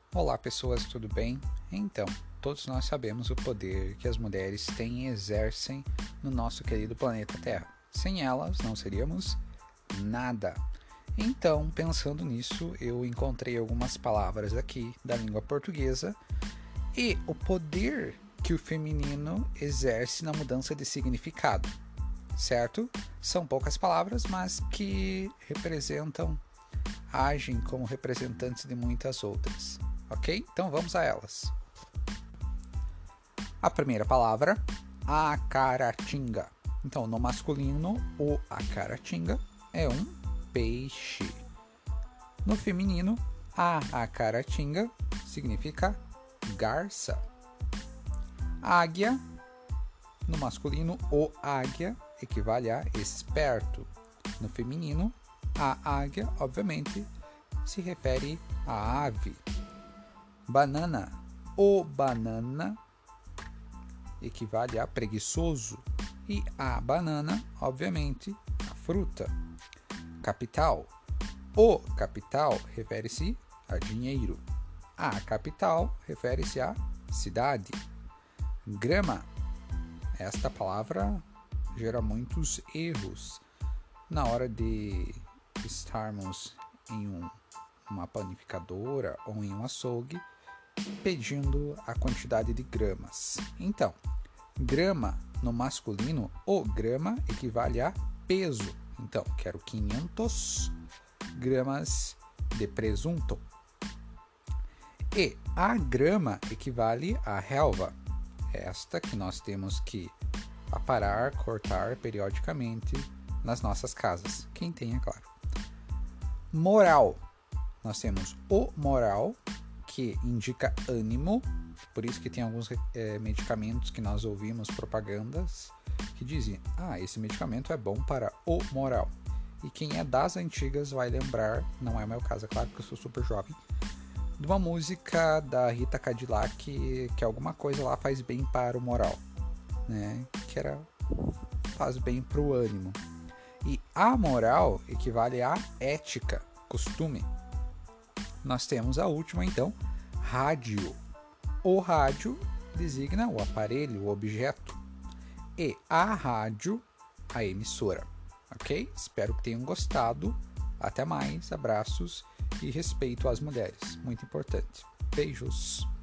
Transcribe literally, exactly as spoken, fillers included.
Olá pessoas, tudo bem? Então, todos nós sabemos o poder que as mulheres têm e exercem no nosso querido planeta Terra. Sem elas, não seríamos nada. Então, pensando nisso, eu encontrei algumas palavras aqui da língua portuguesa e o poder que o feminino exerce na mudança de significado, certo? São poucas palavras, mas que representam, agem como representantes de muitas outras. Ok? Então vamos a elas. A primeira palavra, acaratinga. Então, no masculino, o acaratinga é um peixe. No feminino, a acaratinga significa garça. Águia, no masculino, o águia equivale a esperto. No feminino, a águia, obviamente, se refere à ave. Banana, o banana equivale a preguiçoso e a banana, obviamente, a fruta. Capital, o capital refere-se a dinheiro. A capital refere-se à cidade. Grama, esta palavra gera muitos erros na hora de estarmos em um, uma panificadora ou em um açougue pedindo a quantidade de gramas. Então, grama no masculino, o grama equivale a peso. Então, quero quinhentas gramas de presunto. E a grama equivale à relva, esta que nós temos que aparar, cortar periodicamente nas nossas casas. Quem tem, é claro. Moral. Nós temos o moral, que indica ânimo, por isso que tem alguns é, medicamentos que nós ouvimos propagandas que dizem, ah, esse medicamento é bom para o moral. E quem é das antigas vai lembrar, não é o meu caso, é claro que eu sou super jovem, de uma música da Rita Cadillac que, que alguma coisa lá faz bem para o moral, né? Que era, faz bem para o ânimo. E a moral equivale a ética, costume. Nós temos a última, então, rádio. O rádio designa o aparelho, o objeto. E a rádio, a emissora. Ok? Espero que tenham gostado. Até mais, abraços e respeito às mulheres. Muito importante. Beijos.